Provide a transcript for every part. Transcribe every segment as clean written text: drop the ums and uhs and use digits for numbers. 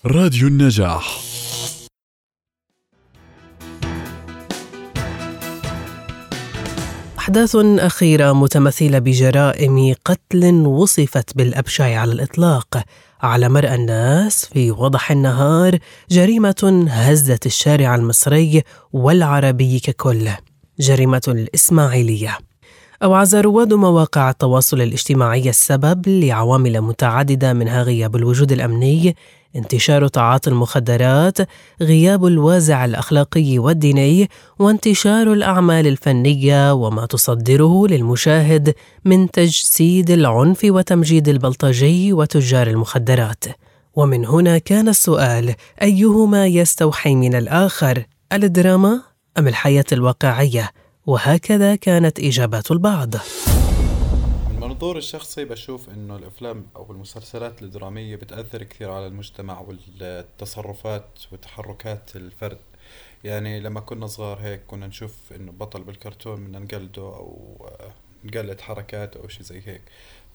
راديو النجاح. أحداث أخيرة متمثلة بجرائم قتل وصفت بالأبشع على الإطلاق على مرأى الناس في وضح النهار، جريمة هزت الشارع المصري والعربي ككل، جريمة الإسماعيلية. أوعز رواد مواقع التواصل الاجتماعي السبب لعوامل متعددة، منها غياب الوجود الأمني، انتشار تعاطي المخدرات، غياب الوازع الأخلاقي والديني، وانتشار الأعمال الفنية وما تصدره للمشاهد من تجسيد العنف وتمجيد البلطجي وتجار المخدرات. ومن هنا كان السؤال: أيهما يستوحي من الآخر، الدراما أم الحياة الواقعية؟ وهكذا كانت إجابات البعض. من منظور الشخصي بشوف إنه الأفلام أو المسلسلات الدرامية بتأثر كثير على المجتمع والتصرفات وتحركات الفرد. يعني لما كنا صغار هيك كنا نشوف إنه بطل بالكرتون بدنا نقلده أو نقلد حركات أو شيء زي هيك.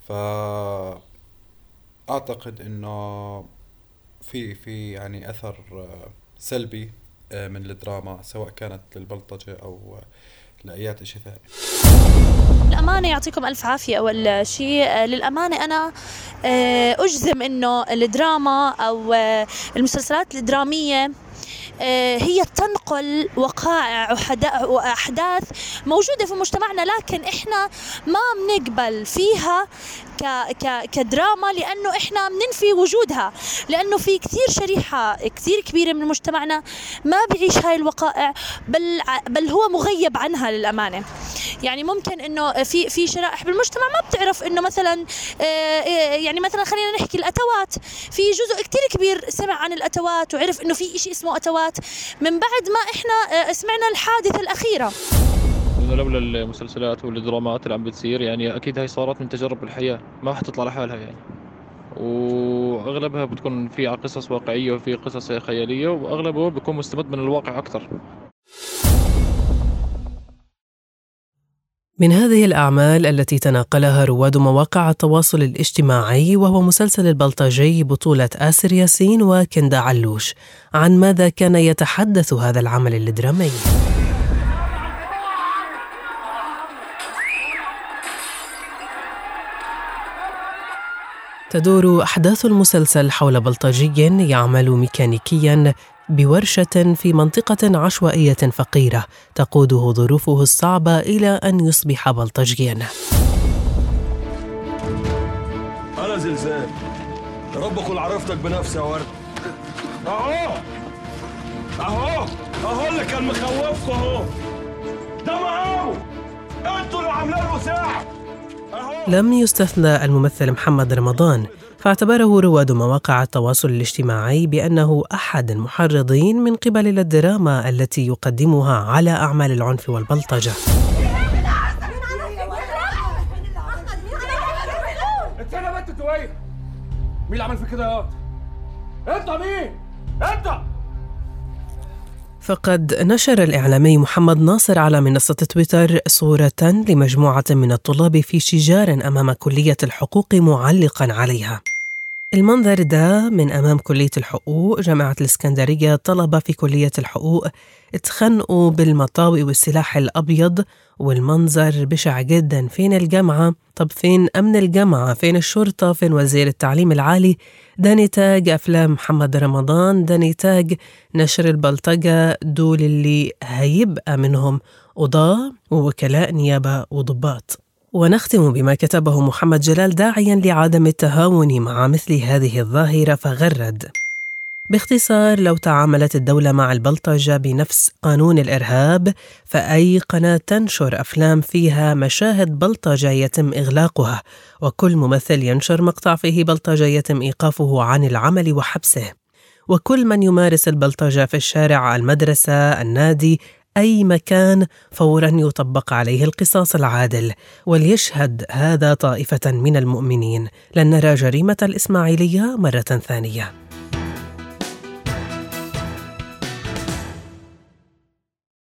فأعتقد إنه في يعني أثر سلبي من الدراما، سواء كانت للبلطجة أو لأيات إشي ثاني. الأمانة يعطيكم ألف عافية. أول شيء للأمانة أنا أجزم إنه الدراما أو المسلسلات الدرامية هي تنقل وقائع وأحداث موجودة في مجتمعنا، لكن إحنا ما بنقبل فيها كدراما لأنه إحنا بننفي وجودها، لأنه في كثير شريحة كثير كبيرة من مجتمعنا ما بيعيش هاي الوقائع، بل هو مغيب عنها للأمانة. يعني ممكن إنه في شرائح بالمجتمع ما بتعرف إنه مثلا يعني مثلا خلينا نحكي الأتوات، في جزء كتير كبير سمع عن الأتوات وعرف إنه في إشي اسمه أتوات من بعد ما إحنا سمعنا الحادثة الأخيرة. لولا المسلسلات والدرامات اللي عم بتصير يعني أكيد هاي صارت من تجارب الحياة، ما حتطلع لحالها يعني، وأغلبها بتكون في قصص واقعية وفي قصص خيالية، وأغلبه بيكون مستمد من الواقع أكثر. من هذه الأعمال التي تناقلها رواد مواقع التواصل الاجتماعي وهو مسلسل البلطجي بطولة آسر ياسين وكندا علوش. عن ماذا كان يتحدث هذا العمل الدرامي؟ تدور أحداث المسلسل حول بلطجي يعمل ميكانيكياً بورشة في منطقة عشوائية فقيرة تقوده ظروفه الصعبة إلى أن يصبح بلطجياً. أنا زلزال، يا رب أكون عرفتك بنفسي يا ورد. أهو اللي كان مخوفكم أهو، ده معاهم، أنتوا اللي عاملين له ساعة. لم يستثنى الممثل محمد رمضان، فاعتبره رواد مواقع التواصل الاجتماعي بأنه أحد المحرضين من قبل الدراما التي يقدمها على أعمال العنف والبلطجة. مين اللي عمل في كده؟ انت مين؟ انت! فقد نشر الإعلامي محمد ناصر على منصة تويتر صورة لمجموعة من الطلاب في شجار أمام كلية الحقوق معلقاً عليها. المنظر ده من أمام كلية الحقوق جامعة الإسكندرية. طلبة في كلية الحقوق اتخنقوا بالمطاوي والسلاح الأبيض، والمنظر بشع جدا. فين الجامعة؟ طب فين أمن الجامعة؟ فين الشرطة؟ فين وزير التعليم العالي؟ ده نتاج أفلام محمد رمضان، ده نتاج نشر البلطجة. دول اللي هيبقى منهم قضاة ووكلاء نيابة وضباط. ونختم بما كتبه محمد جلال داعياً لعدم التهاون مع مثل هذه الظاهرة، فغرد: باختصار، لو تعاملت الدولة مع البلطجة بنفس قانون الإرهاب، فأي قناة تنشر أفلام فيها مشاهد بلطجة يتم إغلاقها، وكل ممثل ينشر مقطع فيه بلطجة يتم إيقافه عن العمل وحبسه، وكل من يمارس البلطجة في الشارع، المدرسة، النادي، أي مكان، فوراً يطبق عليه القصاص العادل. وليشهد هذا طائفة من المؤمنين. لن نرى جريمة الإسماعيلية مرة ثانية.